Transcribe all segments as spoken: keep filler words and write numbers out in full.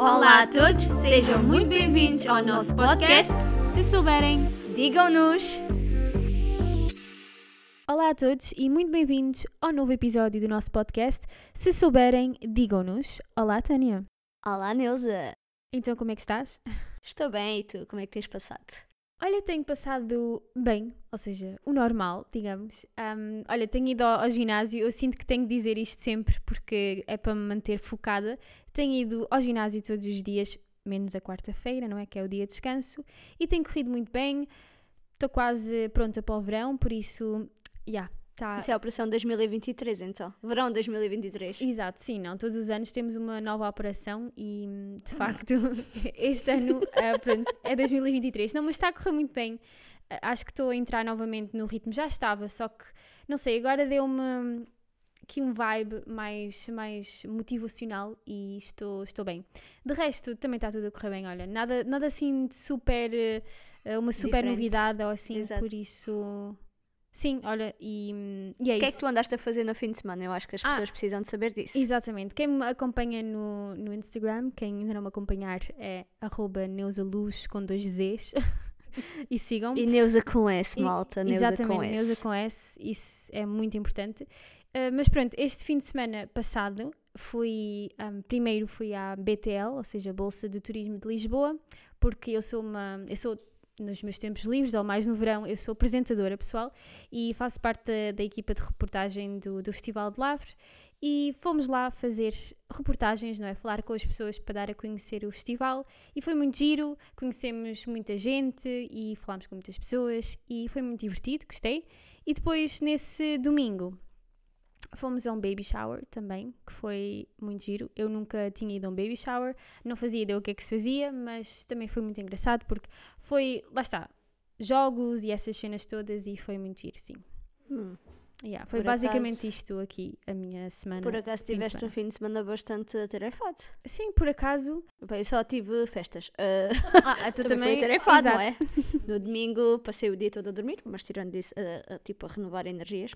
Olá a todos, sejam muito bem-vindos ao nosso podcast. Se souberem, digam-nos! Olá a todos e muito bem-vindos ao novo episódio do nosso podcast. Se souberem, digam-nos. Olá, Tânia. Olá, Neuza. Então, como é que estás? Estou bem, e tu? Como é que tens passado? Olha, tenho passado bem, ou seja, o normal, digamos. Um, olha, tenho ido ao, ao ginásio, eu sinto que tenho de dizer isto sempre porque é para me manter focada. Tenho ido ao ginásio todos os dias, menos a quarta-feira, não é? Que é o dia de descanso. E tenho corrido muito bem, estou quase pronta para o verão, por isso, já, yeah, tá. Isso é a operação dois mil e vinte e três, então. Verão dois mil e vinte e três. Exato, sim, não. Todos os anos temos uma nova operação e, de facto, este ano uh, pronto, é dois mil e vinte e três. Não, mas está a correr muito bem. Uh, acho que estou a entrar novamente no ritmo. Já estava, só que, não sei, agora deu-me aqui um vibe mais, mais motivacional e estou, estou bem. De resto, também está tudo a correr bem. Olha, nada, nada assim de super, uh, uma super Diferente. Novidade ou assim, Exato. por isso... Sim, olha, e, e é O que isso. é que tu andaste a fazer no fim de semana? Eu acho que as pessoas Ah, precisam de saber disso. Exatamente. Quem me acompanha no, no Instagram, quem ainda não me acompanhar, é arroba neusaluz com dois Zs. E sigam-me. E Neuza com S, E- malta. Neuza Exatamente, com S. Neuza com S. Isso é muito importante. Uh, mas pronto, este fim de semana passado, fui, um, primeiro fui à B T L, ou seja, Bolsa de Turismo de Lisboa, porque eu sou uma... Eu sou nos meus tempos livres, ou mais no verão, eu sou apresentadora, pessoal, e faço parte da, da equipa de reportagem do, do Festival de Lavres, e fomos lá fazer reportagens, não é? Falar com as pessoas para dar a conhecer o festival, e foi muito giro, conhecemos muita gente, e falámos com muitas pessoas, e foi muito divertido, gostei. E depois, nesse domingo, fomos a um baby shower também, que foi muito giro. Eu nunca tinha ido a um baby shower, não fazia ideia o que é que se fazia, mas também foi muito engraçado porque foi, lá está, jogos e essas cenas todas e foi muito giro, sim. Hum. Yeah, foi Por basicamente acaso- isto aqui, a minha semana. Por acaso fim de tiveste um semana. fim de semana bastante atarefado. Sim, por acaso. Bem, eu só tive festas. Ah, Ah, tu também, também. foi atarefado, não Exato. é? No domingo passei o dia todo a dormir, mas tirando isso, a, a, tipo, a renovar energias.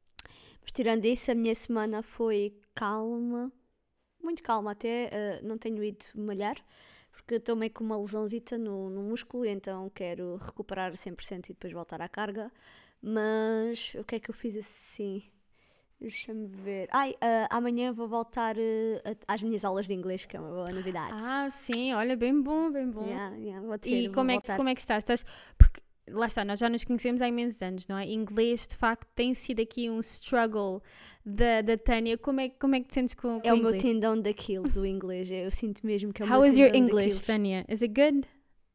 Mas tirando isso, a minha semana foi calma, muito calma até, uh, não tenho ido malhar, porque estou meio com uma lesãozita no, no músculo, então quero recuperar cem por cento e depois voltar à carga. Mas o que é que eu fiz assim? Deixa-me ver. Ai, uh, amanhã vou voltar uh, a- às minhas aulas de inglês, que é uma boa novidade. Ah, sim, olha, bem bom, bem bom. Yeah, yeah, vou ter, E vou como é, que, voltar. como é que estás? Estás? Porque, lá está, nós já nos conhecemos há imensos anos, não é? Inglês, de facto, tem sido aqui um struggle da, da Tânia. Como é, como é que te sentes com, com É o o meu inglês? tendão daqueles, o inglês. Eu sinto mesmo que é o How meu is your tendão English, daqueles. Tânia? Is it good?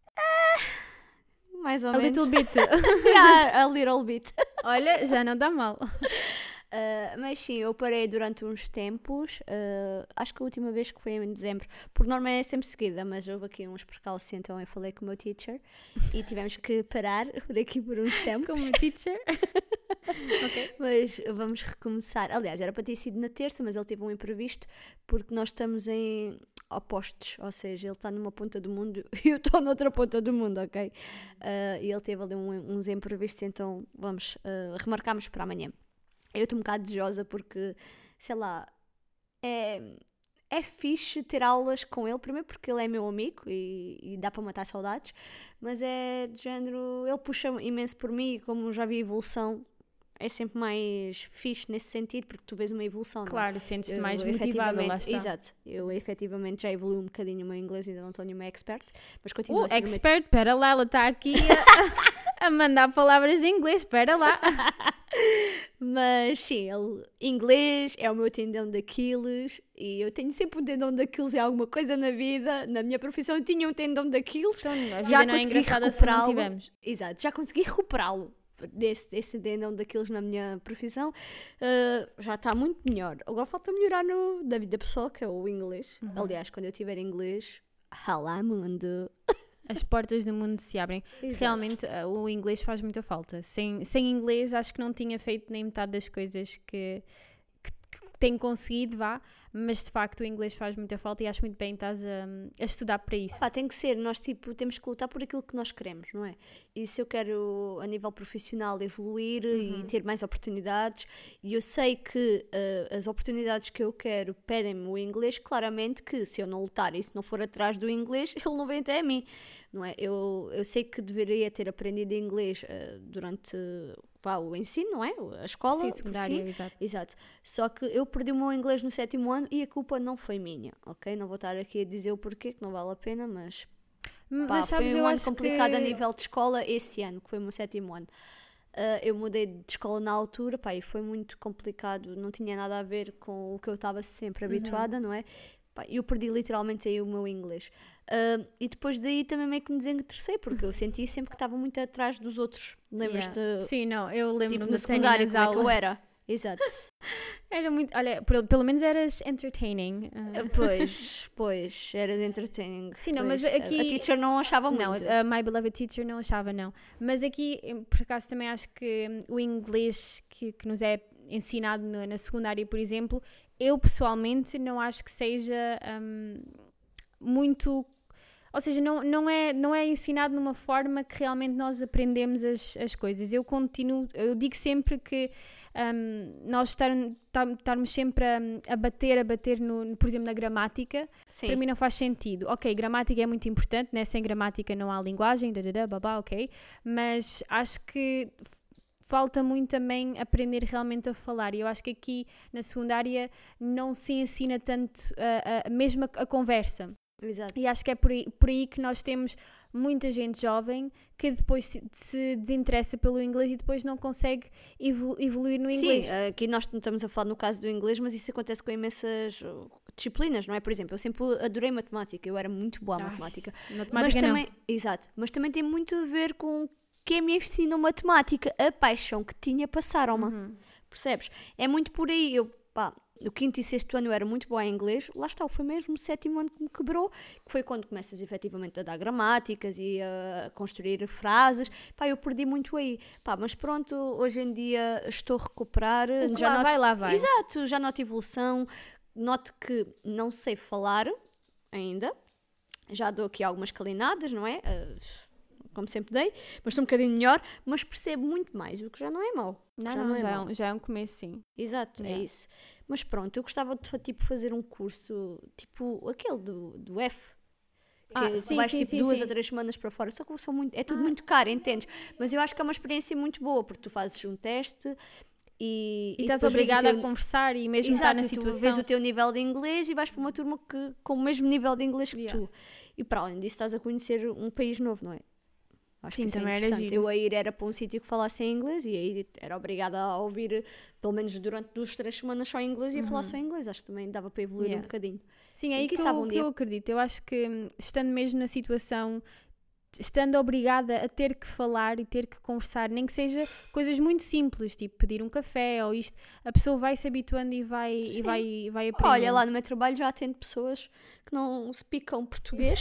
Mais ou A menos. little bit. Yeah, a little bit. Olha, já não dá mal. Uh, mas sim, eu parei durante uns tempos, uh, acho que a última vez que foi em dezembro, por norma é sempre seguida, mas houve aqui uns percalços, então eu falei com o meu teacher e tivemos que parar por aqui por uns tempos. Como teacher. Ok. Mas vamos recomeçar. Aliás, era para ter sido na terça, mas ele teve um imprevisto porque nós estamos em opostos, ou seja, ele está numa ponta do mundo e eu estou noutra ponta do mundo, ok? Uh, e ele teve ali um- uns imprevistos, então vamos, uh, remarcamos para amanhã. Eu estou um bocado desejosa porque, sei lá, é, é fixe ter aulas com ele, primeiro porque ele é meu amigo e, e dá para matar saudades, mas é de género, ele puxa imenso por mim e como já vi evolução, é sempre mais fixe nesse sentido, porque tu vês uma evolução, não é? Claro, sentes-te Eu, mais motivada, lá efetivamente- está. Exato, eu efetivamente já evolui um bocadinho o meu inglês, ainda não estou nenhuma expert, mas continuo Uh, a ser uma expert, espera lá, ela está aqui a, a mandar palavras em inglês, espera lá. Mas sim, ele, inglês é o meu tendão daqueles e eu tenho sempre um tendão daqueles em alguma coisa na vida. Na minha profissão eu tinha um tendão daqueles. Então, a vida Já não é consegui engraçada se não recuperá-lo. tivermos. Exato, já consegui recuperá-lo desse, desse tendão daqueles na minha profissão. Uh, já está muito melhor. Agora falta melhorar no, da vida pessoal, que é o inglês. Uhum. Aliás, quando eu tiver inglês, ralá mundo. As portas do mundo se abrem. Exato. Realmente uh, o inglês faz muita falta. Sem, sem inglês acho que não tinha feito nem metade das coisas que, que, que tenho conseguido, vá, mas de facto o inglês faz muita falta e acho muito bem estás a, a estudar para isso. Pá, tem que ser, nós tipo, temos que lutar por aquilo que nós queremos, não é? E se eu quero a nível profissional evoluir Uhum. e ter mais oportunidades, e eu sei que uh, as oportunidades que eu quero pedem-me o inglês, claramente que se eu não lutar e se não for atrás do inglês, ele não vem até a mim, não é? Eu, eu sei que deveria ter aprendido inglês uh, durante vá, o ensino, não é? A escola. Sim, secundária, exato. Exato. Só que eu perdi o meu inglês no sétimo ano e a culpa não foi minha, ok? Não vou estar aqui a dizer o porquê, que não vale a pena, mas, pá, Mas sabes, foi um eu ano acho complicado que... a nível de escola esse ano, que foi o meu sétimo ano. Uh, eu mudei de escola na altura, pá, e foi muito complicado, não tinha nada a ver com o que eu estava sempre habituada, não é? Pá, eu perdi literalmente aí o meu inglês. Uh, e depois daí também meio que me desinteressei, porque eu senti sempre que estava muito atrás dos outros. Lembras-te? Yeah. Sim, não, eu lembro-me Tipo, na de secundária, nas como é que eu aulas. era? Exato. Era muito, olha, pelo, pelo menos eras entertaining. Uh, Uh, Pois, pois, era entertaining. Sim, não, Pois, mas a- aqui- A teacher não achava Não, muito. a My Beloved Teacher não achava, não. Mas aqui, em- por acaso, também acho que hum, o inglês que, que nos é ensinado no- na secundária, por exemplo, eu pessoalmente não acho que seja hum, muito. Ou seja, não, não, é, não é ensinado numa forma que realmente nós aprendemos as, as coisas. Eu continuo, eu digo sempre que hum, nós estar, estar- estarmos sempre a, a bater, a bater, no, por exemplo, na gramática, Sim. para mim não faz sentido. Ok, gramática é muito importante, né? Sem gramática não há linguagem, dadada, babá, ok. Mas acho que f- falta muito também aprender realmente a falar. E eu acho que aqui na secundária não se ensina tanto, a, a, mesmo a, a conversa. Exato. E acho que é por aí, por aí que nós temos muita gente jovem que depois se, se desinteressa pelo inglês e depois não consegue evolu- evoluir no inglês. Sim, aqui nós não estamos a falar no caso do inglês, mas isso acontece com imensas uh, disciplinas, não é? Por exemplo, eu sempre adorei matemática, eu era muito boa a Ai, matemática. matemática Mas não. também, exato, mas também tem muito a ver com quem me ensinou matemática, a paixão que tinha passaram-me. Uhum. Percebes? É muito por aí. Eu, pá, no quinto e sexto ano eu era muito boa em inglês, lá está, foi mesmo o sétimo ano que me quebrou, que foi quando começas efetivamente a dar gramáticas e a construir frases, pá, eu perdi muito aí, pá, mas pronto, hoje em dia estou a recuperar, O que já lá noto, vai, lá vai. exato, já noto evolução, noto que não sei falar ainda, já dou aqui algumas calinadas, não é? Uh, como sempre dei, mas estou um bocadinho melhor, mas percebo muito mais, o que já não é mau. Não, já não, é já, é mau. um, já é um começo, sim. Exato, é Yeah. isso. Mas pronto, eu gostava de tipo, fazer um curso, tipo aquele do, do F. Que, Ah, que sim, vais sim, tipo sim, duas sim. ou três semanas para fora. Só que eu sou muito, é tudo Ah. muito caro, entendes? Mas eu acho que é uma experiência muito boa, porque tu fazes um teste e, E estás depois vês o obrigada teu- a conversar e mesmo estar Exato, na tu situação. vês o teu nível de inglês e vais para uma turma que, com o mesmo nível de inglês que Yeah. tu. E para além disso estás a conhecer um país novo, não é? Acho Sim, que isso é também era interessante. giro. Eu a ir era para um sítio que falasse em inglês e aí era obrigada a ouvir, pelo menos durante duas, três semanas só em inglês e a falar só em inglês. Acho que também dava para evoluir Yeah. um bocadinho. Sim, Sim, é aí quem que, sabe eu, um que dia. eu acredito. Eu acho que hum, estando mesmo na situação, estando obrigada a ter que falar e ter que conversar, nem que seja coisas muito simples, tipo pedir um café ou isto, a pessoa vai se habituando e vai, e Sim. vai, vai aprendendo. Olha, lá no meu trabalho já atendo pessoas que não se picam português.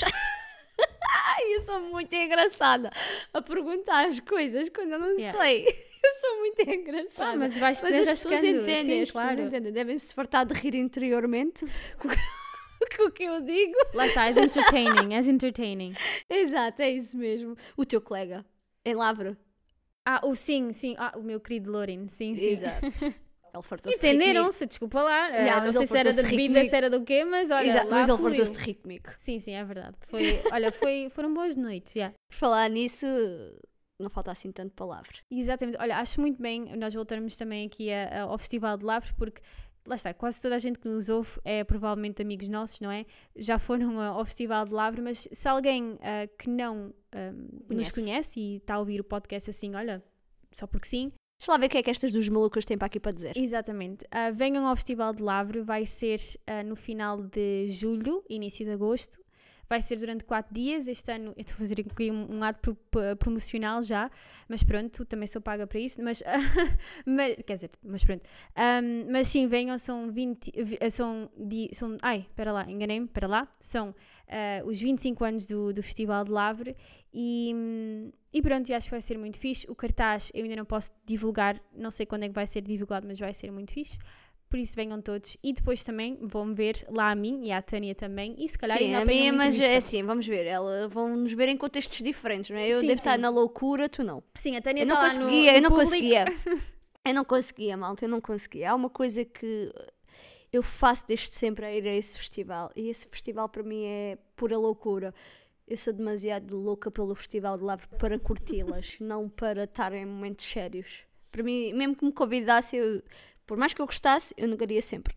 Ai, eu sou muito engraçada a perguntar as coisas quando eu não Yeah. sei. Eu sou muito engraçada. Ah, mas vais-te Mas as pessoas desenrascando, entendem, sim, as pessoas claro. entendem. Devem se fartar de rir interiormente com, com o que eu digo. Lá está, és entertaining, és entertaining. Exato, é isso mesmo. O teu colega, em Lavra. Ah, o sim, sim, ah, o meu querido Lorin, sim, sim. Exato. Ele fartou-se de rir comigo. Entenderam-se, desculpa lá. Yeah, Ah, mas não sei ele se era da fartou-se de rir bebida, comigo. se era do quê, mas olha, Exato, lá mas ele fluiu. fartou-se de rir comigo. Sim, sim, é verdade. Foi, olha, foi, foram boas noites, já. Por falar nisso, não falta assim tanto palavra. Exatamente. Olha, acho muito bem nós voltarmos também aqui a- a- ao Festival de Lavras, porque lá está, quase toda a gente que nos ouve é provavelmente amigos nossos, não é? Já foram a- ao Festival de Lavras, mas se alguém ah, que não ah, nos Conhece. conhece e está a ouvir o podcast assim, olha, só porque sim, Deixa lá ver o que é que estas duas malucas têm para aqui para dizer. exatamente. Ah, venham ao Festival de Lavre, vai ser ah, no final de julho, início de agosto. Vai ser durante quatro dias. Este ano eu estou a fazer aqui um, um ato pro- p- promocional já, mas pronto, também sou paga para isso. Mas, mas quer dizer, mas pronto. Ahm, mas sim, venham, são vinte. vi- São, di- são, ai, espera lá, enganei-me, espera lá. São ah, os vinte e cinco anos do, do Festival de Lavre e, hum, e pronto, e acho que vai ser muito fixe. O cartaz eu ainda não posso divulgar, não sei quando é que vai ser divulgado, mas vai ser muito fixe. por isso venham todos. E depois também vão ver lá a mim e à Tânia também, e se calhar Sim, ainda a apanham minha, uma mas entrevista. é assim, vamos ver, ela, vão nos ver em contextos diferentes, não é? Eu Sim, devo sim. estar na loucura, tu não. Sim, a Tânia Eu não tá lá no- conseguia, no eu não público. conseguia. Eu não conseguia, malta, eu não conseguia. Há uma coisa que eu faço desde sempre a ir a esse festival, e esse festival para mim é pura loucura. Eu sou demasiado louca pelo Festival de Lavra para curti-las, não para estar em momentos sérios. Para mim, mesmo que me convidasse, eu, por mais que eu gostasse, eu negaria sempre.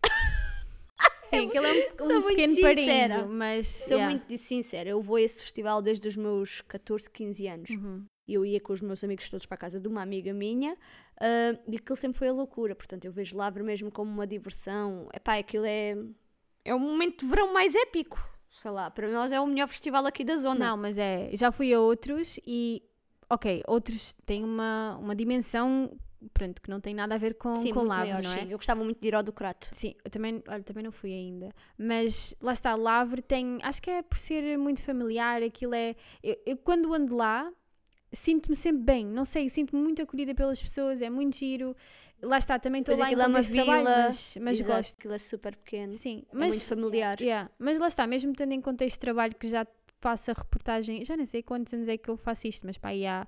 Sim, aquele é um, Sou um muito pequeno sincera. paraíso, mas... Sou yeah. muito sincera, eu vou a esse festival desde os meus catorze, quinze anos. Uhum. Eu ia com os meus amigos todos para a casa de uma amiga minha, ah, e aquilo sempre foi a loucura. Portanto, eu vejo Lavra mesmo como uma diversão. Epá, aquilo é, é o momento de verão mais épico. Sei lá, para nós é o melhor festival aqui da zona. Não, mas é, já fui a outros e, ok, outros têm uma, uma dimensão, pronto, que não tem nada a ver com, sim, com muito Lavra, maior, não é? sim. Eu gostava muito de ir ao do Crato. Sim, eu também, olha, também não fui ainda, mas lá está, Lavra tem, acho que é por ser muito familiar, aquilo é, eu, eu quando ando lá, sinto-me sempre bem, não sei, sinto-me muito acolhida pelas pessoas, é muito giro, lá está, também estou Pois lá em aquilo é uma contexto de trabalho, vila, mas, mas exato, gosto. aquilo é super pequeno. Sim, É muito mas, familiar. yeah, mas lá está, mesmo tendo em contexto de trabalho que já faço a reportagem, já não sei quantos anos é que eu faço isto, mas para aí há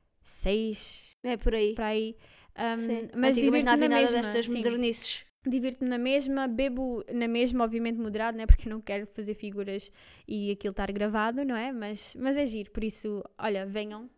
seis, É por aí. para aí, um, Sim. mas Antigamente não divirto-me havia na nada mesma, destas sim. modernices. Divirto-me na mesma, bebo na mesma, obviamente moderado, né? Porque eu não quero fazer figuras e aquilo estar gravado, não é? Mas, mas é giro, por isso, olha, venham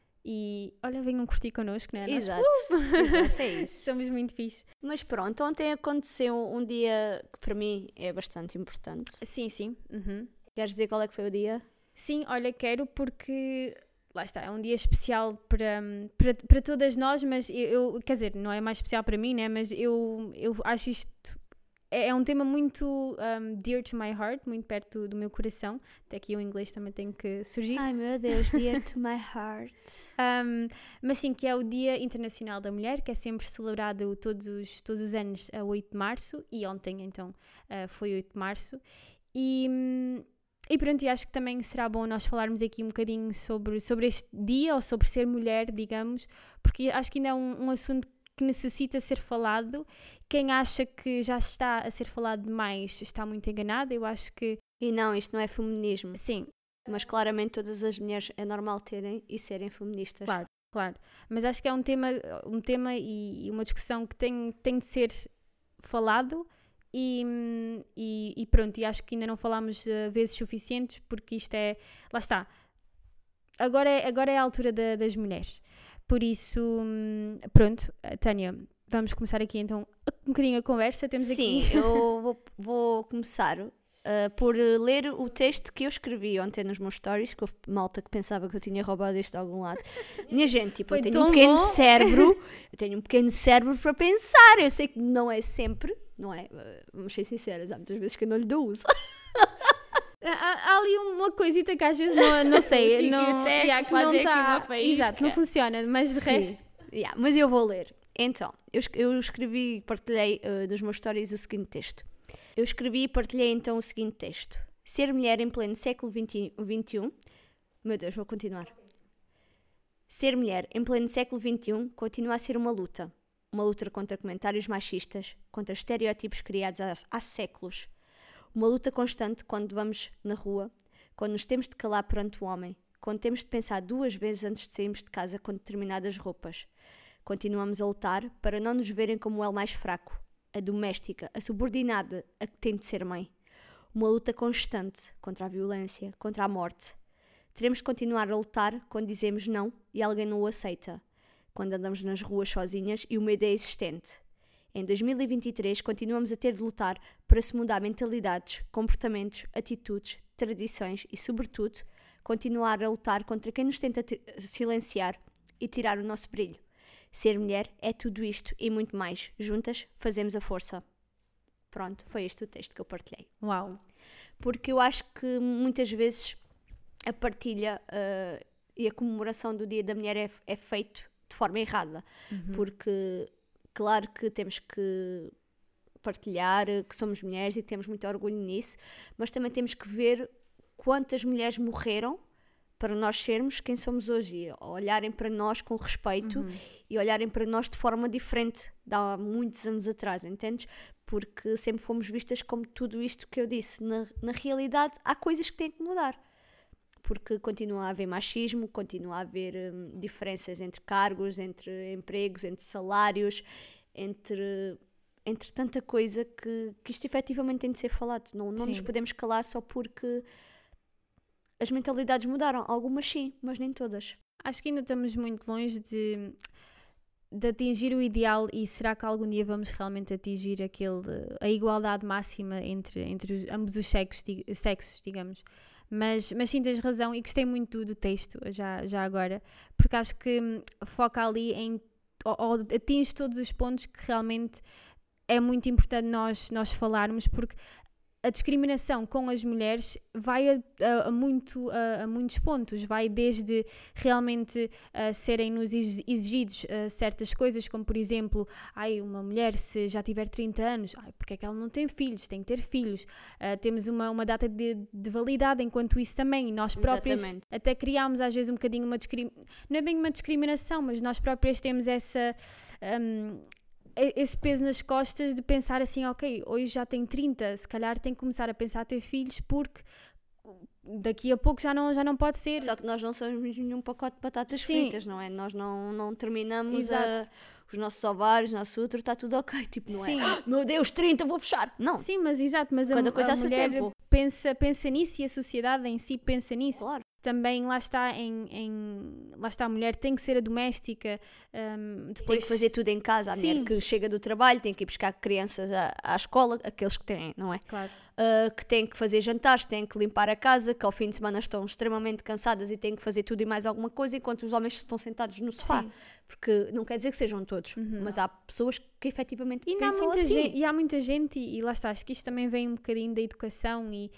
e, olha, venham curtir connosco, não é? Nós Exato, exato, é isso. somos muito fixe. Mas pronto, ontem aconteceu um dia que para mim é bastante importante. Sim, sim. Uhum. Queres dizer qual é que foi o dia? Sim, olha, quero porque, lá está, é um dia especial para, para, para todas nós, mas eu, eu, quer dizer, não é mais especial para mim, né? Mas eu, eu acho isto, é, é um tema muito um, dear to my heart, muito perto do, do meu coração, até que o inglês também tem que surgir. Ai meu Deus, dear to my heart. Um, mas sim, que é o Dia Internacional da Mulher, que é sempre celebrado todos os, todos os anos a oito de março, e ontem então uh, foi oito de março, e... Hum, E pronto, e acho que também será bom nós falarmos aqui um bocadinho sobre, sobre este dia, ou sobre ser mulher, digamos, porque acho que ainda é um, um assunto que necessita ser falado. Quem acha que já está a ser falado demais está muito enganado, eu acho que... E não, isto não é feminismo. Sim, Mas claramente todas as mulheres é normal terem e serem feministas. claro, claro. Mas acho que é um tema, um tema e, e uma discussão que tem, tem de ser falado. E, e, e pronto, e acho que ainda não falámos uh, vezes suficientes, porque isto é, lá está, agora é, agora é a altura da, das mulheres, por isso, hum, pronto, uh, Tânia, vamos começar aqui então um bocadinho a conversa. Temos Sim, aqui... eu vou, vou começar uh, por ler o texto que eu escrevi ontem nos meus stories, que houve malta que pensava que eu tinha roubado isto de algum lado. Minha gente, tipo, Foi eu tenho tão um pequeno bom. cérebro, eu tenho um pequeno cérebro para pensar, eu sei que não é sempre, não é? Uh, vamos ser sinceras, há muitas vezes que eu não lhe dou uso. Há, há ali uma coisita que às vezes não, não sei, O tic e não, o tac yeah, que não fazem aqui tá, uma faísca. exato, não funciona, mas de Sim. resto, Yeah, mas eu vou ler. Então, eu, es- eu escrevi e partilhei uh, nos meus stories o seguinte texto. Eu escrevi e partilhei então o seguinte texto. Ser mulher em pleno século vinte e um... Meu Deus, vou continuar. Ser mulher em pleno século vinte e um continua a ser uma luta. Uma luta contra comentários machistas, contra estereótipos criados há, há séculos. Uma luta constante quando vamos na rua, quando nos temos de calar perante o homem, quando temos de pensar duas vezes antes de sairmos de casa com determinadas roupas. Continuamos a lutar para não nos verem como o elo mais fraco, a doméstica, a subordinada, a que tem de ser mãe. Uma luta constante contra a violência, contra a morte. Teremos de continuar a lutar quando dizemos não e alguém não o aceita. Quando andamos nas ruas sozinhas e o medo é existente. Em dois mil e vinte e três continuamos a ter de lutar para se mudar mentalidades, comportamentos, atitudes, tradições e, sobretudo, continuar a lutar contra quem nos tenta t- silenciar e tirar o nosso brilho. Ser mulher é tudo isto e muito mais. Juntas fazemos a força. Pronto, foi este o texto que eu partilhei. uau, Porque eu acho que muitas vezes a partilha uh, e a comemoração do Dia da Mulher é, é feito de forma errada. Uhum. Porque, claro que temos que partilhar que somos mulheres e que temos muito orgulho nisso, mas também temos que ver quantas mulheres morreram para nós sermos quem somos hoje e olharem para nós com respeito uhum. e olharem para nós de forma diferente de há muitos anos atrás, entendes? Porque sempre fomos vistas como tudo isto que eu disse. Na, na realidade, há coisas que têm que mudar. Porque continua a haver machismo, continua a haver hum, diferenças entre cargos, entre empregos, entre salários, entre, entre tanta coisa que, que isto efetivamente tem de ser falado. Não, não nos podemos calar só porque as mentalidades mudaram. Algumas sim, mas nem todas. Acho que ainda estamos muito longe de... de atingir o ideal, e será que algum dia vamos realmente atingir aquele, a igualdade máxima entre, entre os, ambos os sexos, sexos digamos. Mas, mas sim, tens razão, e gostei muito do, do texto, já, já agora, porque acho que hum, foca ali em, ou, ou atinge todos os pontos que realmente é muito importante nós, nós falarmos, porque a discriminação com as mulheres vai a, a, a, muito, a, a muitos pontos, vai desde realmente uh, serem-nos exigidos uh, certas coisas, como por exemplo, ai, uma mulher se já tiver trinta anos, ai, porque é que ela não tem filhos, tem que ter filhos, uh, temos uma, uma data de, de validade enquanto isso também, e nós próprios Exatamente. Até criámos às vezes um bocadinho uma discriminação, não é bem uma discriminação, mas nós próprios temos essa... Um, esse peso nas costas de pensar assim, ok, hoje já tenho trinta, se calhar tenho que começar a pensar a ter filhos porque daqui a pouco já não, já não pode ser. Só que nós não somos nenhum pacote de batatas Sim. fritas, não é? Nós não, não terminamos a, os nossos ovários, o nosso útero, está tudo ok, tipo, não Sim. é, meu Deus, trinta, vou fechar, não. Sim, mas exato, mas Cada a, coisa a a seu mulher tempo. Pensa, pensa nisso, e a sociedade em si pensa nisso. Claro. Também lá está, em, em, lá está a mulher tem que ser a doméstica, um, depois... tem que fazer tudo em casa, a Sim. mulher que chega do trabalho tem que ir buscar crianças à, à escola, aqueles que têm, não é? Claro. Uh, que têm que fazer jantares, têm que limpar a casa, que ao fim de semana estão extremamente cansadas e têm que fazer tudo e mais alguma coisa, enquanto os homens estão sentados no sofá. Sim. Porque não quer dizer que sejam todos, uhum. mas há pessoas que efetivamente e pensam há muita assim. Gente, e há muita gente, e, e lá está, acho que isto também vem um bocadinho da educação e...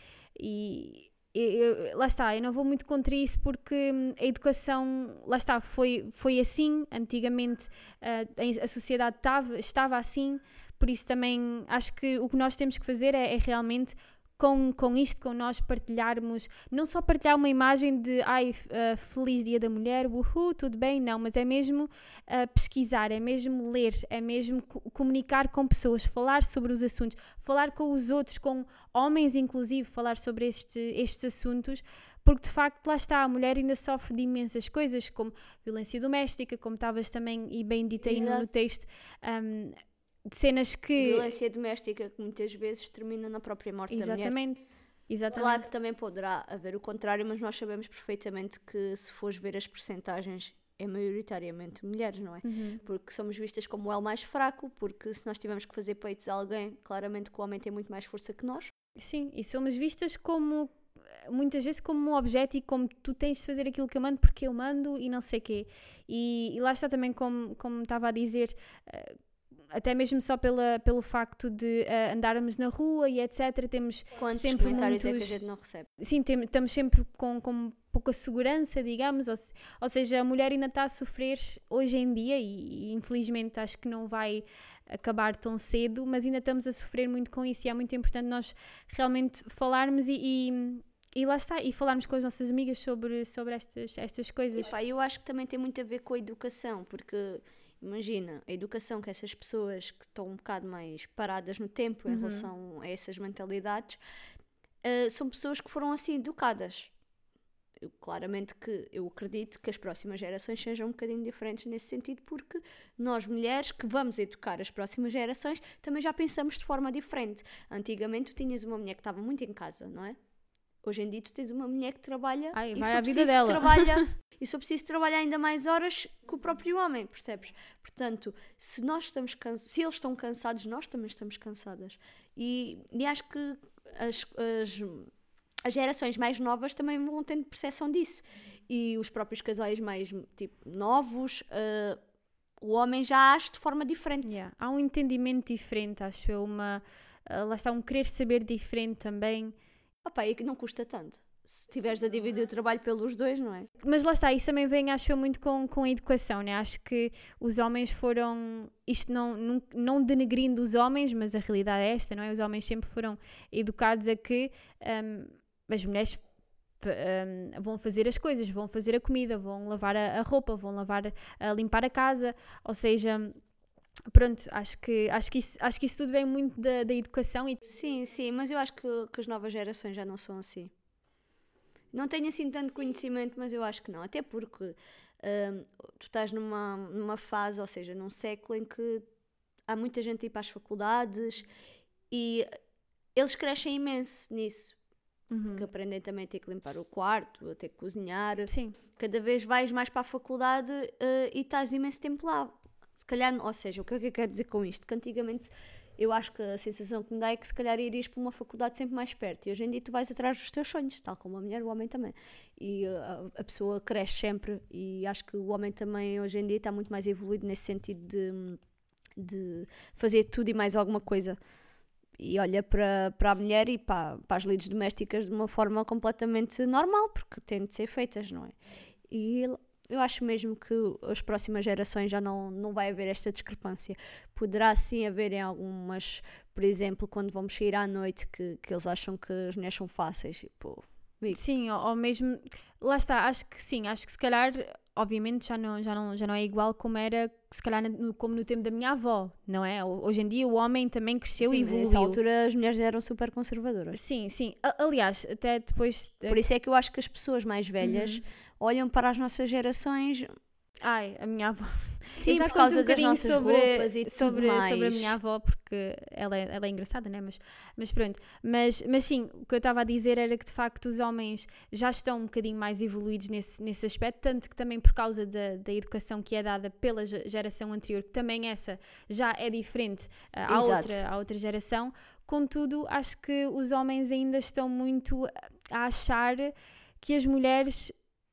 e Eu, lá está, eu não vou muito contra isso porque a educação, lá está, foi, foi assim, antigamente uh, a sociedade estava, estava assim, por isso também acho que o que nós temos que fazer é, é realmente com, com isto, com nós partilharmos, não só partilhar uma imagem de ai, uh, feliz dia da mulher, uhul, tudo bem, não, mas é mesmo uh, pesquisar, é mesmo ler, é mesmo co- comunicar com pessoas, falar sobre os assuntos, falar com os outros, com homens inclusive, falar sobre este, estes assuntos, porque de facto lá está, a mulher ainda sofre de imensas coisas, como violência doméstica, como estavas também e bem dito aí no, no texto, um, de cenas que... Violência doméstica que muitas vezes termina na própria morte Exatamente. da mulher. Exatamente. Claro que também poderá haver o contrário, mas nós sabemos perfeitamente que se fores ver as percentagens é maioritariamente mulheres, não é? Uhum. Porque somos vistas como o elo mais fraco, porque se nós tivermos que fazer peitos a alguém, claramente que o homem tem muito mais força que nós. Sim, e somos vistas como... muitas vezes como um objeto e como tu tens de fazer aquilo que eu mando porque eu mando e não sei o quê. E, e lá está também como, como estava a dizer... Uh, até mesmo só pela, pelo facto de uh, andarmos na rua e etcétera. Temos Quantos sempre comentários muitos... é que a gente não recebe? Sim, tem, estamos sempre com, com pouca segurança, digamos, ou, se, ou seja, a mulher ainda está a sofrer hoje em dia e, e infelizmente acho que não vai acabar tão cedo, mas ainda estamos a sofrer muito com isso e é muito importante nós realmente falarmos e... e E lá está, e falarmos com as nossas amigas sobre, sobre estas, estas coisas. E pá, eu acho que também tem muito a ver com a educação, porque imagina, a educação que essas pessoas que estão um bocado mais paradas no tempo em uhum. relação a essas mentalidades, uh, são pessoas que foram assim educadas. Eu, claramente que eu acredito que as próximas gerações sejam um bocadinho diferentes nesse sentido, porque nós mulheres que vamos educar as próximas gerações também já pensamos de forma diferente. Antigamente tu tinhas uma mulher que estava muito em casa, não é? Hoje em dia tu tens uma mulher que trabalha Ai, e vai à vida dela. Trabalha, e só preciso trabalhar ainda mais horas que o próprio homem, percebes? Portanto, se nós estamos cansados, se eles estão cansados, nós também estamos cansadas. E, e acho que as, as, as gerações mais novas também vão tendo percepção disso. E os próprios casais mais tipo, novos, uh, o homem já age de forma diferente. Yeah. Há um entendimento diferente, acho eu, uma, uh, lá está um querer saber diferente também. Opa, e que não custa tanto. Se tiveres a dividir o trabalho pelos dois, não é? Mas lá está, isso também vem, acho eu, muito com, com a educação, né? Acho que os homens foram, isto não, não, não denegrindo os homens, mas a realidade é esta, não é? Os homens sempre foram educados a que um, as mulheres um, vão fazer as coisas, vão fazer a comida, vão lavar a, a roupa, vão lavar, a limpar a casa, ou seja, pronto, acho que, acho que, isso, acho que isso tudo vem muito da, da educação. E... Sim, sim, mas eu acho que, que as novas gerações já não são assim. Não tenho assim tanto conhecimento, mas eu acho que não, até porque hum, tu estás numa, numa fase, ou seja, num século em que há muita gente a ir para as faculdades e eles crescem imenso nisso. Uhum. Porque aprendem também a ter que limpar o quarto, a ter que cozinhar. Sim. Cada vez vais mais para a faculdade uh, e estás imenso tempo lá. Se calhar, ou seja, o que é que eu quero dizer com isto? Que antigamente eu acho que a sensação que me dá é que se calhar irias para uma faculdade sempre mais perto. E hoje em dia tu vais atrás dos teus sonhos, tal como a mulher, o homem também. E uh, a pessoa cresce sempre. E acho que o homem também hoje em dia está muito mais evoluído nesse sentido de, de fazer tudo e mais alguma coisa. E olha para, para a mulher e para, para as lides domésticas de uma forma completamente normal, porque têm de ser feitas, não é? E eu acho mesmo que as próximas gerações já não, não vai haver esta discrepância. Poderá sim haver em algumas, por exemplo, quando vamos sair à noite, que, que eles acham que as mulheres são fáceis. E, pô, sim, ou, ou mesmo, lá está, acho que sim, acho que se calhar, obviamente já não, já não, já não é igual como era, se calhar no, como no tempo da minha avó, não é? Hoje em dia o homem também cresceu sim, e evoluiu. Nessa altura as mulheres eram super conservadoras. Sim, sim. A, aliás, até depois... Por isso é que eu acho que as pessoas mais velhas uhum. olham para as nossas gerações... Ai, a minha avó... Sim, por causa um das nossas sobre, roupas e sobre, tudo mais. Sobre a minha avó, porque ela é, ela é engraçada, né? Mas, mas pronto. Mas, mas sim, o que eu estava a dizer era que de facto os homens já estão um bocadinho mais evoluídos nesse, nesse aspecto, tanto que também por causa da, da educação que é dada pela geração anterior, que também essa já é diferente uh, à, outra, à outra geração. Contudo, acho que os homens ainda estão muito a achar que as mulheres,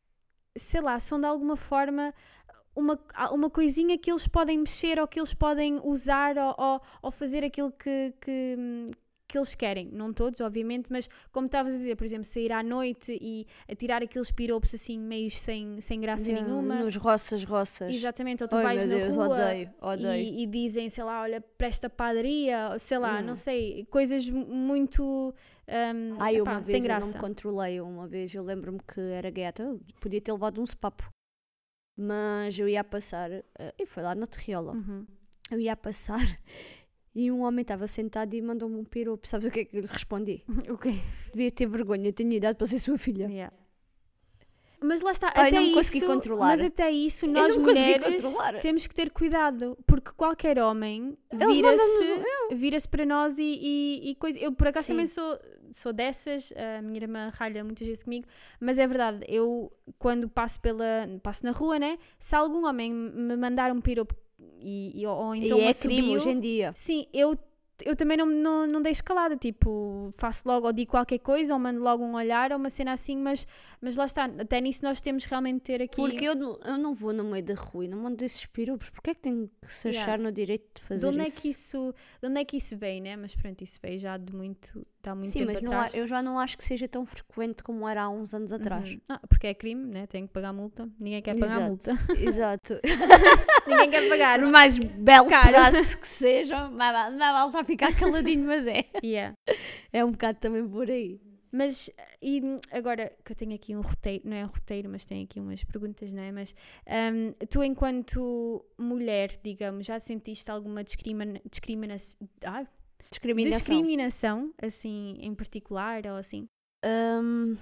sei lá, são de alguma forma... Uma, uma coisinha que eles podem mexer ou que eles podem usar ou, ou, ou fazer aquilo que, que, que eles querem. Não todos, obviamente, mas como estavas a dizer, por exemplo, sair à noite e tirar aqueles piropos assim meios sem, sem graça yeah, nenhuma. Nos roças, roças. Exatamente, ou tu Ai, vais na Deus, rua odeio, odeio. E, e dizem, sei lá, olha, presta padaria, sei lá, hum. não sei, coisas muito... Um, Ai, epá, uma sem vez graça. eu não me controlei, uma vez eu lembro-me que era gata, eu podia ter levado um sopapo. Mas eu ia a passar, uh, e foi lá na Terriola, uhum. eu ia a passar e um homem estava sentado e mandou-me um piropo. Sabes o que é que eu lhe respondi? O quê? Devia ter vergonha, eu tinha idade para ser sua filha. Yeah. Mas lá está, Ai, até não me isso, consegui controlar. Mas até isso nós mulheres temos que ter cuidado, porque qualquer homem vira-se vira-se para nós e, e, e coisa. Eu por acaso Sim. também sou, sou dessas, a minha irmã ralha muitas vezes comigo, mas é verdade, eu quando passo, pela, passo na rua, né, se algum homem me mandar um piropo e, e, ou então e é crime hoje em dia. Sim, eu eu também não, não, não deixo calada, tipo, faço logo ou digo qualquer coisa ou mando logo um olhar ou uma cena assim, mas, mas lá está, até nisso nós temos realmente de ter aqui... Porque eu, eu não vou no meio da rua e não mando esses piropos, porque é que tenho que se achar yeah. no direito de fazer de onde isso? É que isso? De onde é que isso vem, né? Mas pronto, isso veio já de muito, de há muito Sim, tempo mas atrás. Não há, eu já não acho que seja tão frequente como era há uns anos atrás. Uhum. Ah, porque é crime, né? Tem que pagar multa, ninguém quer pagar Exato. multa. Exato. Ninguém quer pagar. Por mais belo Caro. pedaço que seja, mais vale, mais vale estar a ficar caladinho, mas é. Yeah. É um bocado também por aí. Mas, e agora que eu tenho aqui um roteiro, não é um roteiro, mas tenho aqui umas perguntas, não é? Mas um, tu, enquanto mulher, digamos, já sentiste alguma discrimina, discrimina, ah, discriminação. discriminação, assim, em particular, ou assim? Um,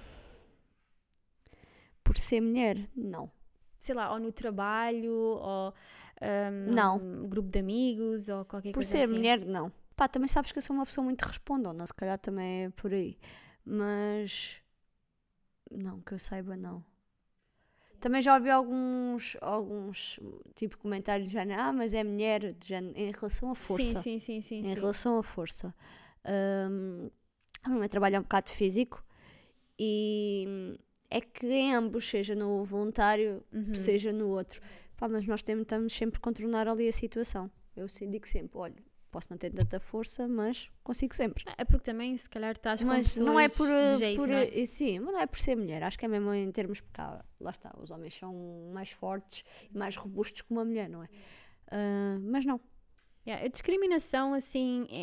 por ser mulher, não. Sei lá, ou no trabalho, ou um, não. um grupo de amigos, ou qualquer por coisa assim. Por ser mulher, não. Pá, também sabes que eu sou uma pessoa muito respondona, se calhar também é por aí. Mas, não, que eu saiba, não. Também já ouvi alguns, alguns tipo, comentários já, ah, mas é mulher, já, em relação à força. Sim, sim, sim. sim em sim. relação à força. Um, a minha mãe trabalha um bocado físico e é que em ambos, seja no voluntário, uhum. seja no outro. Pá, mas nós tentamos sempre contornar ali a situação. Eu digo sempre, olha, posso não ter tanta força, mas consigo sempre. É porque também, se calhar, estás com mas pessoas não é por, de jeito, por não é? Sim, mas não é por ser mulher. Acho que é mesmo em termos, porque cá, lá está, os homens são mais fortes e mais robustos que uma mulher, não é? Uh, mas não. Yeah, a discriminação, assim, é,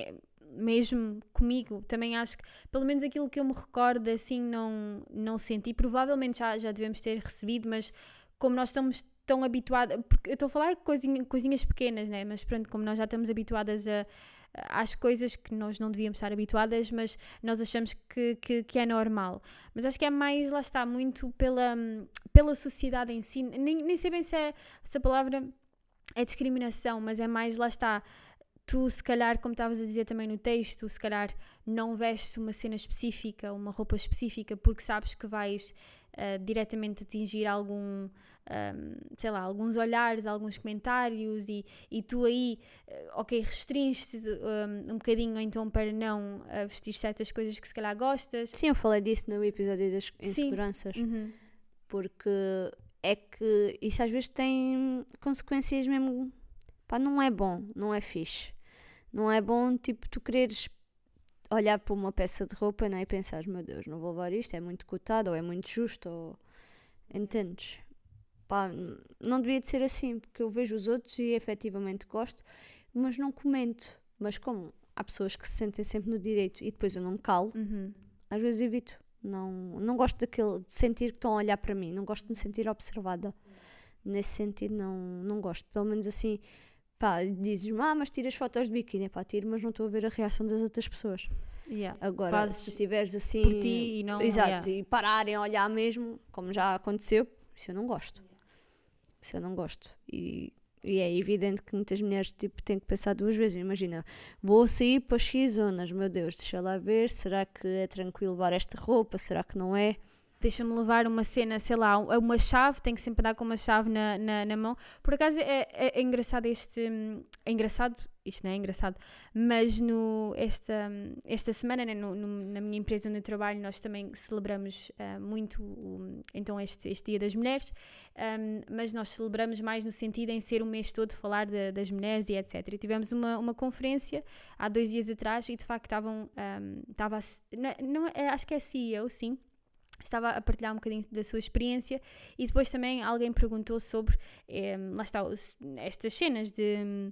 mesmo comigo, também acho que, pelo menos aquilo que eu me recordo, assim, não, não senti. Provavelmente já, já devemos ter recebido, mas como nós estamos tão habituadas, porque eu estou a falar de coisinha, coisinhas pequenas, né? Mas pronto, como nós já estamos habituadas a, às coisas que nós não devíamos estar habituadas, mas nós achamos que, que, que é normal. Mas acho que é mais, lá está, muito pela, pela sociedade em si. Nem, nem sei bem se, é, se a palavra é discriminação, mas é mais, lá está, tu se calhar, como estavas a dizer também no texto, se calhar não vestes uma cena específica, uma roupa específica, porque sabes que vais uh, diretamente atingir algum, um, sei lá, alguns olhares, alguns comentários, e, e tu aí, uh, ok, restringes um, um bocadinho então para não uh, vestir certas coisas que se calhar gostas. Sim, eu falei disso no episódio das inseguranças. Uhum. Porque é que isso às vezes tem consequências mesmo, pá, não é bom, não é fixe. Não é bom, tipo, tu quereres olhar para uma peça de roupa, não é? E pensar, meu Deus, não vou levar isto, é muito cotado, ou é muito justo, ou... Entendes? Pá, não devia de ser assim, porque eu vejo os outros e efetivamente gosto, mas não comento. Mas como há pessoas que se sentem sempre no direito e depois eu não me calo, Uhum. às vezes evito. Não, não gosto daquele, de sentir que estão a olhar para mim, não gosto de me sentir observada. Nesse sentido, não, não gosto. Pelo menos assim... Pá, dizes-me, ah, mas tiras fotos de biquíni, pá, tiro, mas não estou a ver a reação das outras pessoas. Yeah. Agora, Fazes se tu tiveres assim, por ti e não... exato, yeah. e pararem a olhar mesmo, como já aconteceu, isso eu não gosto. Isso eu não gosto. E, e é evidente que muitas mulheres, tipo, têm que pensar duas vezes. Imagina, vou sair para X zonas, meu Deus, deixa lá ver, será que é tranquilo levar esta roupa, será que não é? Deixa-me levar uma cena, sei lá, uma chave, tenho que sempre andar com uma chave na, na, na mão. Por acaso é, é, é engraçado este... É engraçado, isto não é engraçado, mas no, esta, esta semana, né, no, no, na minha empresa onde eu trabalho, nós também celebramos uh, muito o, então este, este Dia das Mulheres, um, mas nós celebramos mais no sentido em ser o mês todo falar de, das mulheres e etcétera. E tivemos uma, uma conferência há dois dias atrás e de facto estavam... Um, estava, não, não, acho que é C E O, sim. Estava a partilhar um bocadinho da sua experiência e depois também alguém perguntou sobre, eh, lá está, os, estas cenas de,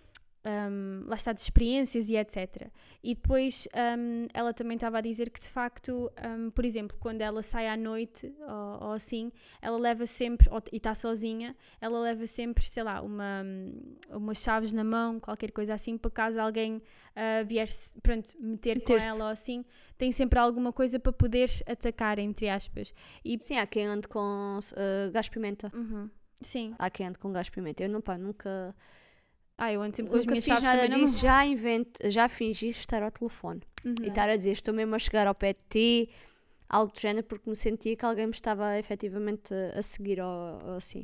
um, lá está, de experiências e etcétera. E depois um, ela também estava a dizer que de facto, um, por exemplo, quando ela sai à noite ou, ou assim, ela leva sempre, ou, e está sozinha, ela leva sempre, sei lá, uma, umas chaves na mão, qualquer coisa assim, para caso alguém uh, vier, pronto, meter Meter-se. com ela ou assim, tem sempre alguma coisa para poder atacar, entre aspas. E, sim, há quem ande com uh, gás pimenta. Uhum. Sim. Há quem ande com gás pimenta. Eu não, pá, nunca... Ah, eu ando sempre com as Nunca minhas fiz chaves nada também disso, na já invento, já fingi estar ao telefone. Uhum. E estar a dizer, estou mesmo a chegar ao pé de ti, algo do género, porque me sentia que alguém me estava efetivamente a, a seguir ou, ou assim.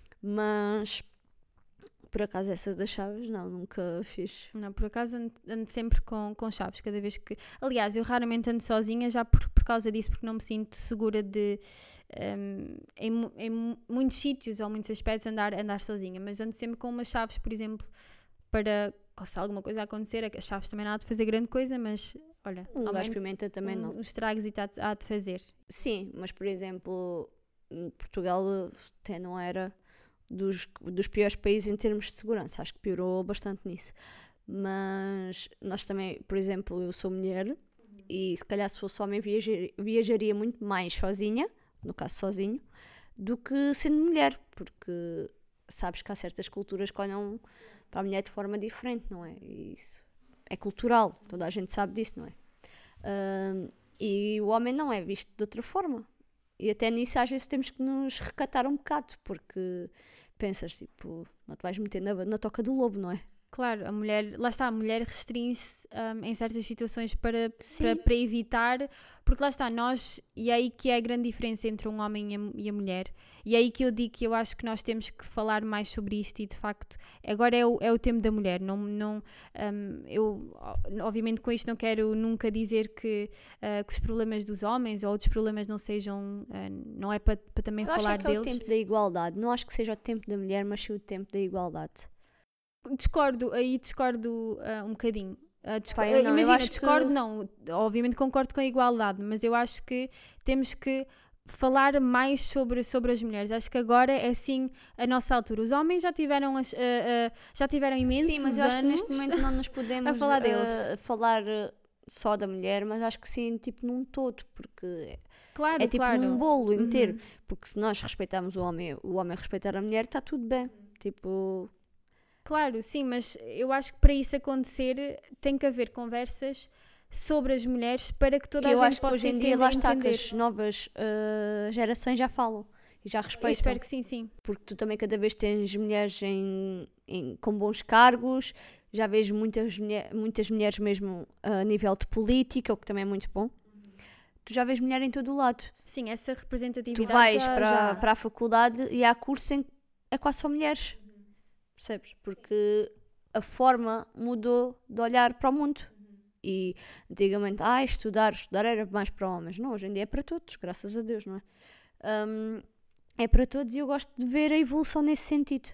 Mas, por acaso, essas das chaves, não, nunca fiz. Não, por acaso ando, ando sempre com, com chaves, cada vez que... Aliás, eu raramente ando sozinha, já por, por causa disso, porque não me sinto segura de, um, em, em muitos sítios ou muitos aspectos, andar, andar sozinha. Mas ando sempre com umas chaves, por exemplo, para, se alguma coisa acontecer, as chaves também não há de fazer grande coisa, mas, olha... Um gás pimenta também um, não. Uns estragos e tá, há de fazer. Sim, mas, por exemplo, Portugal até não era... Dos, dos piores países em termos de segurança, acho que piorou bastante nisso, mas nós também, por exemplo, eu sou mulher e se calhar se fosse homem viajaria, viajaria muito mais sozinha, no caso sozinho, do que sendo mulher, porque sabes que há certas culturas que olham para a mulher de forma diferente, não é? E isso é cultural, toda a gente sabe disso, não é? Uh, e o homem não é visto de outra forma. E até nisso às vezes temos que nos recatar um bocado, porque pensas, tipo, não te vais meter na, na toca do lobo, não é? Claro, a mulher, lá está, a mulher restringe-se um, em certas situações para, para, para evitar, porque lá está, nós, e é aí que é a grande diferença entre um homem e a, e a mulher, e é aí que eu digo que eu acho que nós temos que falar mais sobre isto e de facto, agora é o, é o tempo da mulher, não, não, um, eu obviamente com isto não quero nunca dizer que, uh, que os problemas dos homens ou outros problemas não sejam, uh, não é para, para também eu falar acho que deles. É o tempo da igualdade, não acho que seja o tempo da mulher, mas sim o tempo da igualdade. Discordo, aí discordo uh, um bocadinho. Uh, disco- Pá, eu não, eu Imagina, acho discordo que... não, obviamente concordo com a igualdade, mas eu acho que temos que falar mais sobre, sobre as mulheres. Acho que agora é assim a nossa altura. Os homens já tiveram, as, uh, uh, já tiveram imensos sim, mas eu acho que anos neste momento não nos podemos a falar deles. uh, falar uh, só da mulher, mas acho que sim, tipo num todo, porque Claro, é tipo claro. um bolo inteiro. Uhum. Porque se nós respeitarmos o homem, o homem respeitar a mulher, está tudo bem. Tipo, Claro, sim, mas eu acho que para isso acontecer tem que haver conversas sobre as mulheres para que toda a eu gente acho que possa hoje em entender dia lá e está que entender. as novas uh, gerações já falam e já Eu respeitam. espero que sim, sim. Porque tu também cada vez tens mulheres em, em- com bons cargos, já vejo muitas, mulher, muitas mulheres mesmo a nível de política, o que também é muito bom. Tu já vês mulher em todo o lado. Sim, essa Tu representatividade vais já, para, já... para a faculdade e há curso em que é quase só mulheres. Percebes? Porque a forma mudou de olhar para o mundo. E antigamente, ah, estudar, estudar era mais para homens. Não, hoje em dia é para todos, graças a Deus, não é? Hum, é para todos e eu gosto de ver a evolução nesse sentido.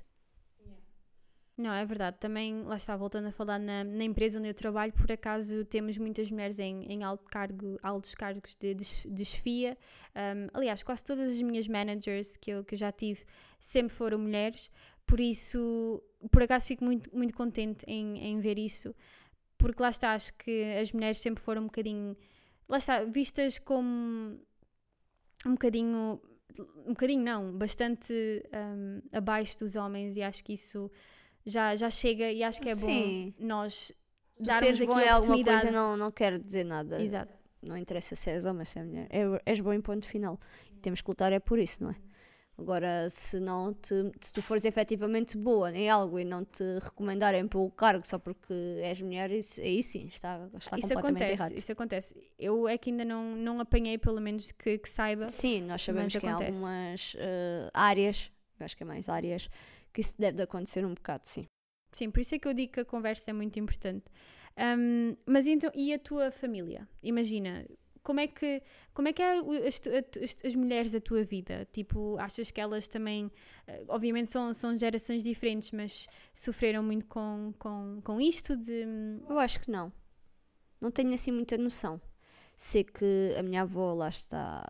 Não, é verdade. Também, lá está, voltando a falar na, na empresa onde eu trabalho, por acaso temos muitas mulheres em, em alto cargo, altos cargos de, de, de chefia. Um, aliás, quase todas as minhas managers que eu, que eu já tive sempre foram mulheres. Por isso, por acaso fico muito, muito contente em, em ver isso. Porque lá está, acho que as mulheres sempre foram um bocadinho, lá está, vistas como um bocadinho, um bocadinho não, bastante um, abaixo dos homens, e acho que isso já, já chega, e acho que é bom Sim. nós Tu darmos seres aqui bom a em alguma oportunidade. coisa não, não quer dizer nada. Exato. Não interessa se és homem, se é mulher. É, és bom em ponto final. E temos que lutar é por isso, não é? Agora, se, não te, se tu fores efetivamente boa em algo e não te recomendarem para o cargo só porque és mulher, isso, aí sim, está, está Isso completamente acontece, errado. isso acontece. Eu é que ainda não, não apanhei, pelo menos que, que saiba. Sim, nós sabemos Mas que em acontece. algumas uh, áreas, eu acho que é mais áreas, que isso deve de acontecer um bocado, sim. Sim, por isso é que eu digo que a conversa é muito importante. Um, mas então, e a tua família? Imagina, como é que, como é, que é o- as, tu- as, as mulheres da tua vida? Tipo, achas que elas também, eh, obviamente são, são gerações diferentes, mas sofreram muito com, com, com isto de... Eu acho que não. Não tenho assim muita noção. Sei que a minha avó lá está.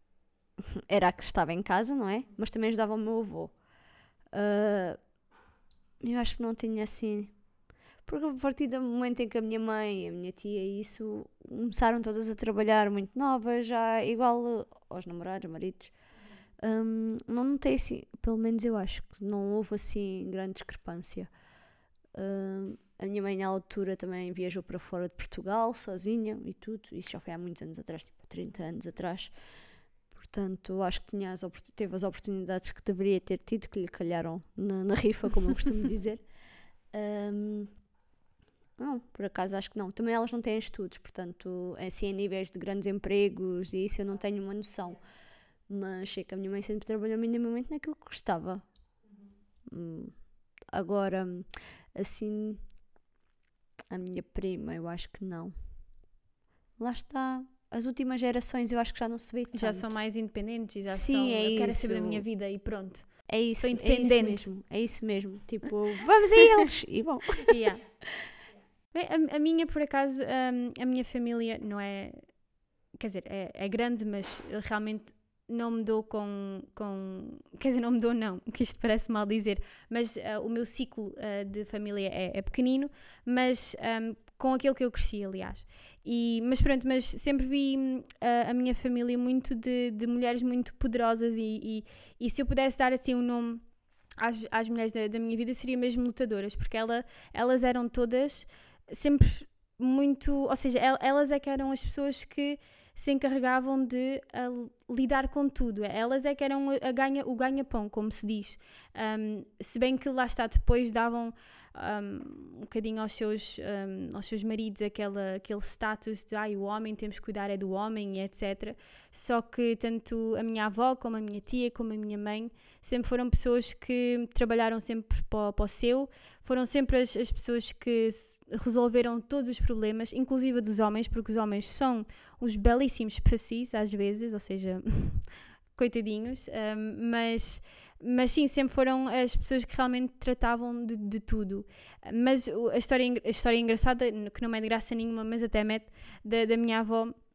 Era a que estava em casa, não é? Mas também ajudava o meu avô. Ah, eu acho que não tinha assim. Porque a partir do momento em que a minha mãe e a minha tia e isso começaram todas a trabalhar muito novas, já igual aos namorados, maridos, hum, não notei assim, pelo menos eu acho que não houve assim grande discrepância. Hum, a minha mãe na altura também viajou para fora de Portugal, sozinha e tudo, isso já foi há muitos anos atrás, tipo trinta anos atrás. Portanto, eu acho que tinha as, opor- teve as oportunidades que deveria ter tido, que lhe calharam na, na rifa, como eu costumo dizer. Hum, não, por acaso acho que não. Também elas não têm estudos, portanto, assim, em níveis de grandes empregos e isso eu não tenho uma noção. Mas sei que a minha mãe sempre trabalhou minimamente naquilo que gostava. Hum, agora, assim, a minha prima, eu acho que não. Lá está. As últimas gerações eu acho que já não se vê tanto. Já são mais independentes e já Sim, são, é eu quero isso. saber da minha vida e pronto. É isso, Sou é isso independente. mesmo. É isso mesmo. Tipo, vamos a eles! E bom. Yeah. Bem, a, a minha, por acaso, hum, a minha família não é, quer dizer, é, é grande, mas eu realmente não me dou com, com, quer dizer, não me dou não, que isto parece mal dizer, mas uh, o meu ciclo uh, de família é, é pequenino, mas um, com aquele que eu cresci, aliás. E, mas pronto, mas sempre vi uh, a minha família muito de, de mulheres muito poderosas e, e, e se eu pudesse dar assim um nome às, às mulheres da, da minha vida, seria mesmo lutadoras, porque ela, elas eram todas sempre muito, ou seja, el, elas é que eram as pessoas que se encarregavam de uh, lidar com tudo. Elas é que eram a ganha, o ganha-pão, como se diz. Um, se bem que lá está, depois davam um, um bocadinho aos seus, um, aos seus maridos aquela, aquele status de ah, o homem, temos que cuidar é do homem, e etcétera. Só que tanto a minha avó, como a minha tia, como a minha mãe, sempre foram pessoas que trabalharam sempre para, para o seu, foram sempre as, as pessoas que resolveram todos os problemas, inclusive dos homens, porque os homens são os belíssimos pacis, às vezes, ou seja, coitadinhos, um, mas, mas sim, sempre foram as pessoas que realmente tratavam de, de tudo. Mas a história, a história engraçada, que não é de graça nenhuma, mas até mete, da, da minha avó,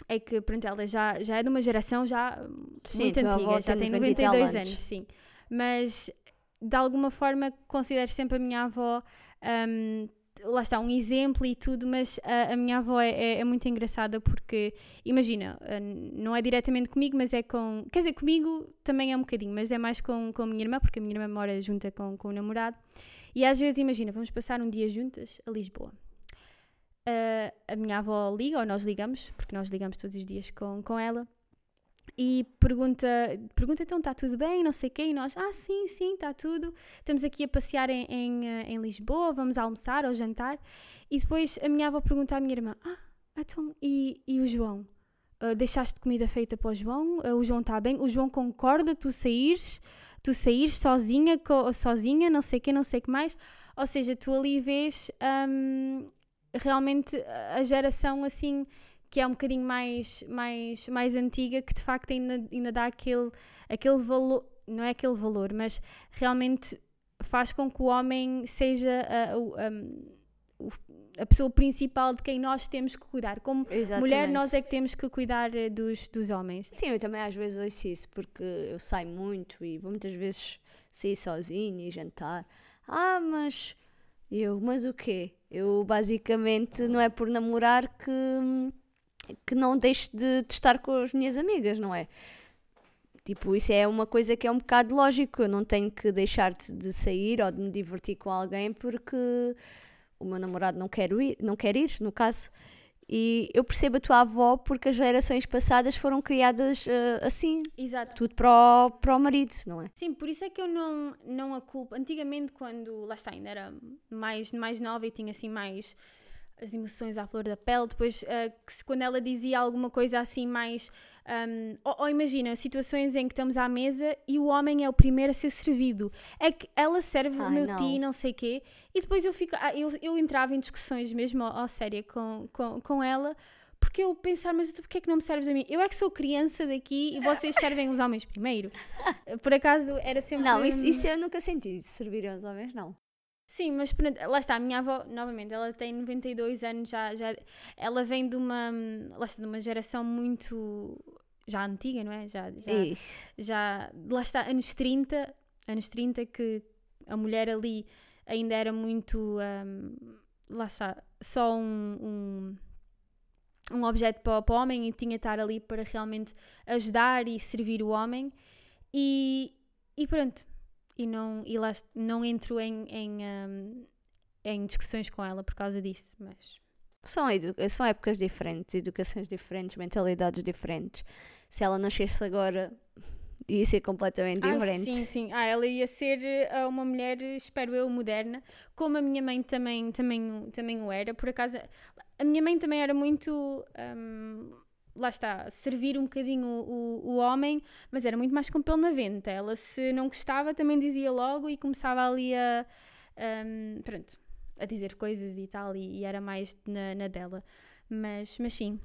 é que, pronto, ela já, já é de uma geração já Sim, muito tua avó antiga, já tem tem noventa e noventa e tal dois anos. anos, sim. Mas, de alguma forma, considero sempre a minha avó, um, lá está, um exemplo e tudo, mas a, a minha avó é, é, é muito engraçada porque, imagina, uh, não é diretamente comigo, mas é com... Quer dizer, comigo também é um bocadinho, mas é mais com, com a minha irmã, porque a minha irmã mora junta com, com o namorado. E às vezes, imagina, vamos passar um dia juntas a Lisboa. Uh, a minha avó liga, ou nós ligamos, porque nós ligamos todos os dias com, com ela, e pergunta, pergunta então, está tudo bem, não sei o quê, e nós, ah, sim, sim, está tudo, estamos aqui a passear em, em, em Lisboa, vamos almoçar ou jantar, e depois a minha avó pergunta à minha irmã, ah, então, e, e o João? Uh, deixaste comida feita para o João? Uh, o João está bem? O João concorda tu saíres, tu saíres sozinha, co, sozinha, não sei o quê, não sei o que mais, ou seja, tu ali vês... Um, realmente a geração assim que é um bocadinho mais, mais, mais antiga, que de facto ainda, ainda dá aquele, aquele valor, não é aquele valor, mas realmente faz com que o homem seja a, a, a pessoa principal de quem nós temos que cuidar. Como Exatamente. Mulher, nós é que temos que cuidar dos, dos homens. Sim, eu também às vezes ouço isso, porque eu saio muito e vou muitas vezes sair sozinha e jantar. Ah, mas... Eu, mas o quê? Eu basicamente não é por namorar que, que não deixo de, de estar com as minhas amigas, não é? Tipo, isso é uma coisa que é um bocado lógico. Eu não tenho que deixar de, de sair ou de me divertir com alguém porque o meu namorado não quer ir, não quer ir, no caso. E eu percebo a tua avó porque as gerações passadas foram criadas uh, assim. Exato. Tudo para o, para o marido, não é? Sim, por isso é que eu não, não a culpo. Antigamente, quando, lá está, ainda era mais, mais nova e tinha assim mais as emoções à flor da pele, depois uh, que se, quando ela dizia alguma coisa assim mais... Um, ou, ou imagina, situações em que estamos à mesa e o homem é o primeiro a ser servido. É que ela serve Ai, o meu não. ti, não sei o quê, e depois eu fico... Ah, eu, eu entrava em discussões mesmo ao, ao sério com, com, com ela, porque eu pensava, mas tu porquê é que não me serves a mim? Eu é que sou criança daqui e vocês servem os homens primeiro. Por acaso era sempre... Não, isso, isso eu nunca senti, servir aos homens, não. Sim, mas pronto, lá está, a minha avó, novamente, ela tem noventa e dois anos, já, já, ela vem de uma, lá está, de uma geração muito, já antiga, não é? Já, já, já, lá está, anos trinta, anos trinta que a mulher ali ainda era muito, um, lá está, só um, um, um objeto para, para o homem e tinha de estar ali para realmente ajudar e servir o homem e, e pronto. E não, e lá, não entro em, em, um, em discussões com ela por causa disso, mas... São, são épocas diferentes, educações diferentes, mentalidades diferentes. Se ela nascesse agora, ia ser completamente ah, diferente. Sim, sim. Ah, ela ia ser uh, uma mulher, espero eu, moderna, como a minha mãe também, também, também o era. Por acaso, a minha mãe também era muito... Um, lá está, servir um bocadinho o, o, o homem, mas era muito mais com pelo na venta. Ela, se não gostava, também dizia logo e começava ali a, um, pronto, a dizer coisas e tal, e, e era mais na, na dela. Mas, mas sim,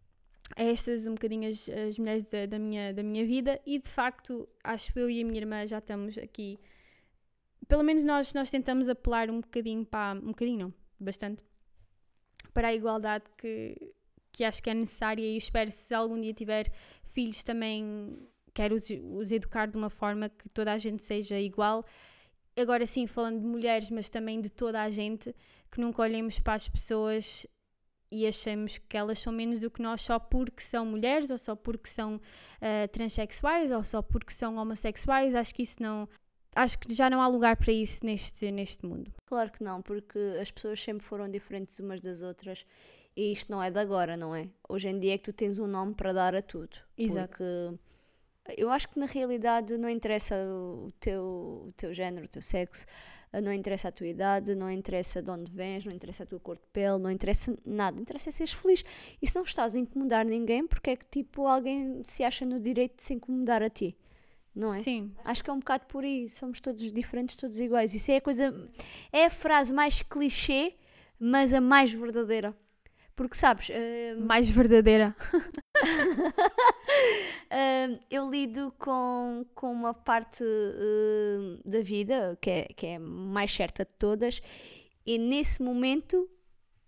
é estas um bocadinho as, as mulheres da, da, minha, da minha vida e, de facto, acho eu e a minha irmã já estamos aqui, pelo menos nós, nós tentamos apelar um bocadinho para, um bocadinho não, bastante, para a igualdade que... que acho que é necessária e espero, se algum dia tiver filhos, também quero os, os educar de uma forma que toda a gente seja igual. Agora sim, falando de mulheres, mas também de toda a gente, que nunca olhemos para as pessoas e achemos que elas são menos do que nós só porque são mulheres, ou só porque são uh, transexuais, ou só porque são homossexuais. Acho que isso não... Acho que já não há lugar para isso neste, neste mundo. Claro que não, porque as pessoas sempre foram diferentes umas das outras. E isto não é de agora, não é? Hoje em dia é que tu tens um nome para dar a tudo. Exato. Porque eu acho que na realidade não interessa o teu, o teu género, o teu sexo, não interessa a tua idade, não interessa de onde vens, não interessa a tua cor de pele, não interessa nada. Interessa seres feliz. E se não estás a incomodar ninguém, porque é que tipo alguém se acha no direito de se incomodar a ti? Não é? Sim. Acho que é um bocado por aí. Somos todos diferentes, todos iguais. Isso é a coisa... É a frase mais clichê, mas a mais verdadeira. Porque, sabes... Uh, mais verdadeira. uh, eu lido com, com uma parte uh, da vida que é, que é mais certa de todas e nesse momento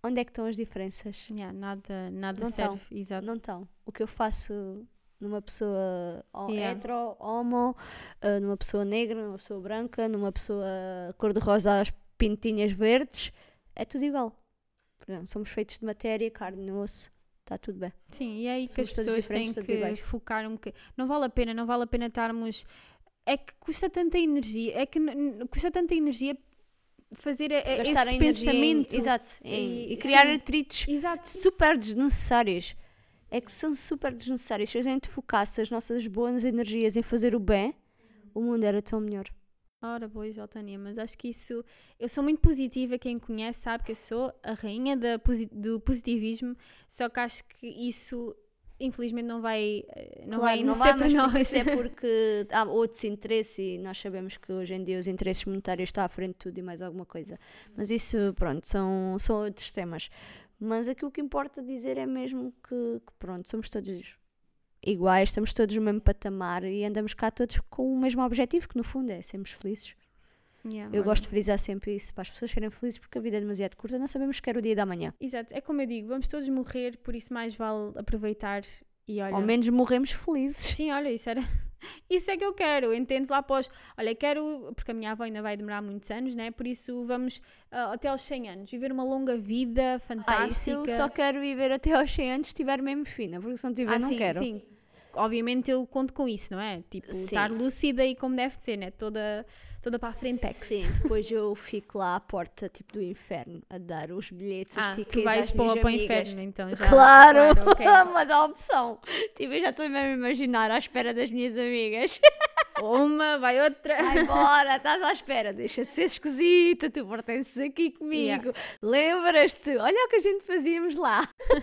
onde é que estão as diferenças? Yeah, nada nada Não serve, estão. exato. Não estão. O que eu faço numa pessoa ho- Yeah. hetero, homo, uh, numa pessoa negra, numa pessoa branca, numa pessoa cor-de-rosa às pintinhas verdes, é tudo igual. Portanto, somos feitos de matéria, carne e osso, está tudo bem. Sim, e é aí que Somos as todos pessoas diferentes, têm todos que iguais. focar um bocadinho. Não vale a pena, não vale a pena estarmos. É que custa tanta energia, é que n- n- custa tanta energia fazer a- a- Gastar a esse energia em- pensamento. exato, em- E- e, criar sim. atritos Exato. super desnecessários. É que são super desnecessários. Se a gente focasse as nossas boas energias em fazer o bem, o mundo era tão melhor. Ora, pois, ó, Tânia, mas acho que isso. Eu sou muito positiva, quem me conhece sabe que eu sou a rainha da posi- do positivismo, só que acho que isso, infelizmente, não vai, eh, não vai Claro, não ser vai, para mas nós. porque isso é porque há outros interesses e nós sabemos que hoje em dia os interesses monetários estão à frente de tudo e mais alguma coisa. Mas isso, pronto, são, são outros temas. Mas aqui o que importa dizer é mesmo que, que, pronto, somos todos iguais, estamos todos no mesmo patamar e andamos cá todos com o mesmo objetivo, que no fundo é sermos felizes. Yeah, Eu olha. gosto de frisar sempre isso, para as pessoas serem felizes, porque a vida é demasiado curta, não sabemos que era o dia da manhã. Exato, é como eu digo, vamos todos morrer, por isso mais vale aproveitar e olha. Ao menos morremos felizes. Sim, olha, isso era. Isso é que eu quero, entendes lá após. Olha, quero, porque a minha avó ainda vai demorar muitos anos, né? Por isso vamos ah, até aos cem anos, viver uma longa vida Ah, fantástica. isso eu só quero viver até aos cem anos se estiver mesmo fina, porque se não tiver Ah, não sim, quero. sim. Obviamente eu conto com isso, não é? Tipo, Sim. estar lúcida e como deve de ser, né? Toda, toda para a frente. Sim, depois eu fico lá à porta tipo do inferno a dar os bilhetes, os Ah, tickets tu vais às para, o- minhas para o amigas. inferno, então já. Claro, claro, ok. mas há opção. Tipo, eu já estou mesmo a imaginar à espera das minhas amigas. Uma, vai outra. Vai embora, estás à espera, deixa de ser esquisita, tu pertences aqui comigo. Lembras-te? Olha o que a gente fazíamos lá.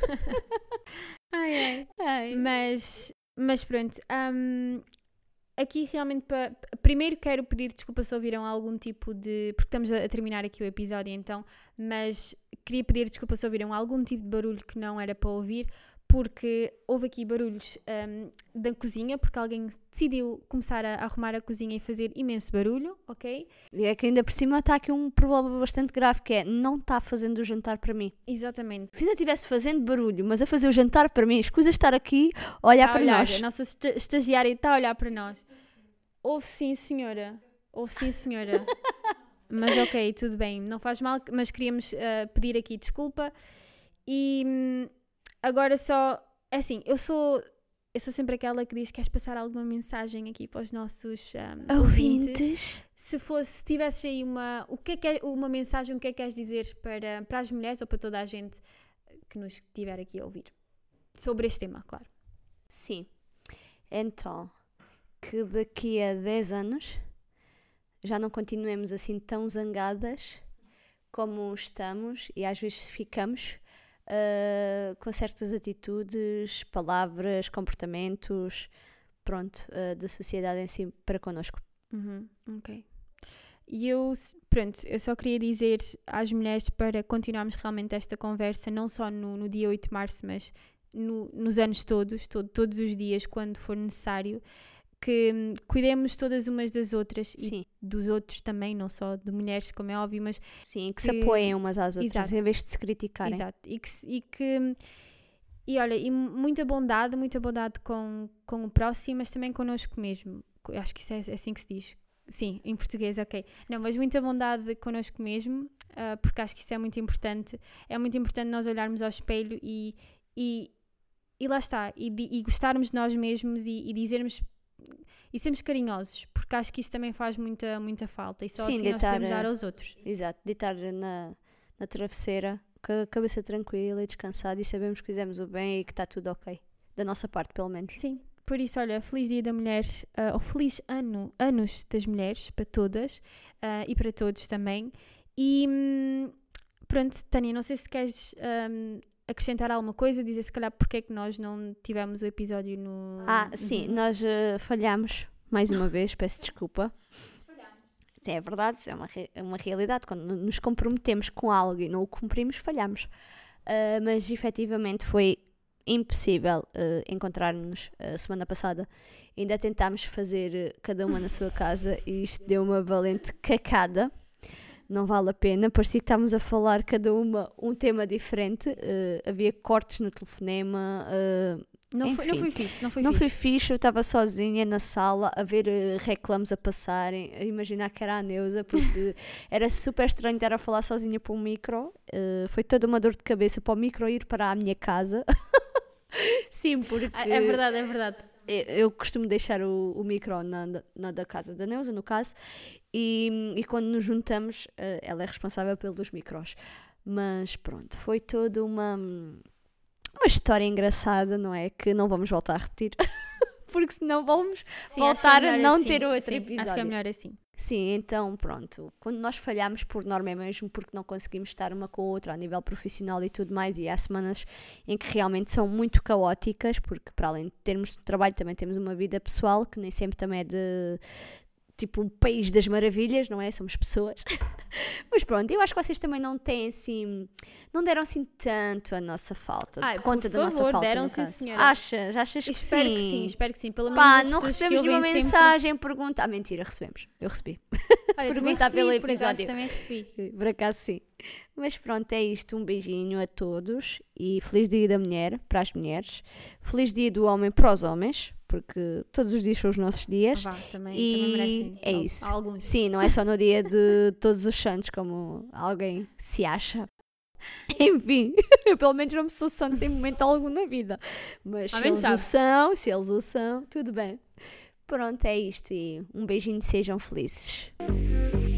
Ai, ai. Ai. Mas, mas pronto, hum, aqui realmente, pa, primeiro quero pedir desculpa se ouviram algum tipo de, porque estamos a, a terminar aqui o episódio então, mas queria pedir desculpa se ouviram algum tipo de barulho que não era para ouvir, porque houve aqui barulhos hum, da cozinha, porque alguém decidiu começar a, a arrumar a cozinha e fazer imenso barulho, ok? E é que ainda por cima está aqui um problema bastante grave, que é não está fazendo o jantar para mim. Exatamente. Se ainda estivesse fazendo barulho, mas a fazer o jantar para mim, escusa estar aqui a olhar Está a para olhar, nós. a nossa esta- estagiária está a olhar para nós. Houve sim, senhora. Houve sim, senhora. Mas ok, tudo bem, não faz mal, mas queríamos ah, pedir aqui desculpa. E hum, agora só, é assim, eu sou, eu sou sempre aquela que diz: queres passar alguma mensagem aqui para os nossos ah, ouvintes? Ouvintes. Se fosse, se tivesse aí uma, o que é que é, uma mensagem, o que é que queres dizer para, para as mulheres ou para toda a gente que nos estiver aqui a ouvir? Sobre este tema, claro. Sim. Então, que daqui a dez anos já não continuemos assim tão zangadas como estamos e às vezes ficamos uh, com certas atitudes, palavras, comportamentos, pronto, uh, da sociedade em si para connosco. Uhum, ok. E eu, pronto, eu só queria dizer às mulheres para continuarmos realmente esta conversa, não só no, no dia oito de março, mas no, nos anos todos, todo, todos os dias, quando for necessário, que hum, cuidemos todas umas das outras Sim. e dos outros também, não só de mulheres, como é óbvio, mas Sim, que, que- se apoiem umas às outras Exato. em vez de se criticarem. exato, e que, se- e que e olha, e muita bondade, muita bondade com, com o próximo, mas também connosco mesmo. Eu acho que isso é assim que se diz. Sim, em português, ok. Não, mas muita bondade connosco mesmo, ah, porque acho que isso é muito importante. É muito importante nós olharmos ao espelho e, e, e lá está, e, di- e gostarmos de nós mesmos e, e dizermos e sermos carinhosos, porque acho que isso também faz muita, muita falta e só Sim, assim deitar, nós podemos dar eh, aos outros. Exato, deitar na, na travesseira com a cabeça tranquila e descansada e sabemos que fizemos o bem e que está tudo ok. Da nossa parte, pelo menos. Sim, por isso, olha, feliz dia da mulher, ah, ou feliz ano, anos das mulheres, para todas ah, e para todos também. E hum, pronto, Tânia, não sei se queres hum, acrescentar alguma coisa, dizer se calhar porque é que nós não tivemos o episódio no... Ah, sim, Uhum. nós eh, falhamos mais uma vez, peço desculpa. É verdade, isso é uma, re- é uma realidade. Quando nos comprometemos com algo e não o cumprimos, falhamos. Ah, mas efetivamente foi impossível eh, encontrar-nos a semana passada. Ainda tentámos fazer eh, cada uma na sua casa e isto deu uma valente cacada. não vale a pena. Parecia que estávamos a falar cada uma um tema diferente. Uh, havia cortes no telefonema. Uh, Não foi, não enfim. foi fixe, não foi Não fixe. foi fixe, eu estava sozinha na sala a ver uh, reclames a passarem, a imaginar que era a Neuza, porque era super estranho estar a falar sozinha para um micro. Uh, foi toda uma dor de cabeça para o micro ir para a minha casa. Sim, porque... É verdade, é verdade. Eu, eu costumo deixar o, o micro na, na da casa da Neuza, no caso, e, e quando nos juntamos, uh, ela é responsável pelos micros. Mas pronto, foi toda uma... uma história engraçada, não é? Que não vamos voltar a repetir, porque senão vamos Sim, voltar é a não assim. ter outro Sim, episódio. acho que é melhor assim. Sim, então pronto. Quando nós falhamos por norma é mesmo porque não conseguimos estar uma com a outra a nível profissional e tudo mais, e há semanas em que realmente são muito caóticas, porque para além de termos de trabalho também temos uma vida pessoal que nem sempre também é de... tipo um país das maravilhas, não é? Somos pessoas. Mas pronto, eu acho que vocês também não têm assim, não deram assim tanto a nossa falta, Ai, de conta por da nossa favor, falta, deram, no sim, caso. senhora. Achas? Achas que Espero sim? que sim, espero que sim. Pelo menos Pá, as não pessoas que recebemos nenhuma ouvem sempre- mensagem, pergunta. Ah, mentira, recebemos. Eu recebi. Olha, eu também perguntar recebi, pelo por acaso episódio. também recebi. Por acaso sim. Mas pronto, é isto. Um beijinho a todos e feliz dia da mulher para as mulheres. Feliz dia do homem para os homens, porque todos os dias são os nossos dias. Vá, também, E também merecem. é al- isso. Alguns. Sim, não é só no dia de todos os santos, como alguém se acha. Enfim, eu pelo menos não me sou santo em momento algum na vida. Mas Ao se menos eles o sabe. são, se eles o são, tudo bem. Pronto, é isto e um beijinho, sejam felizes.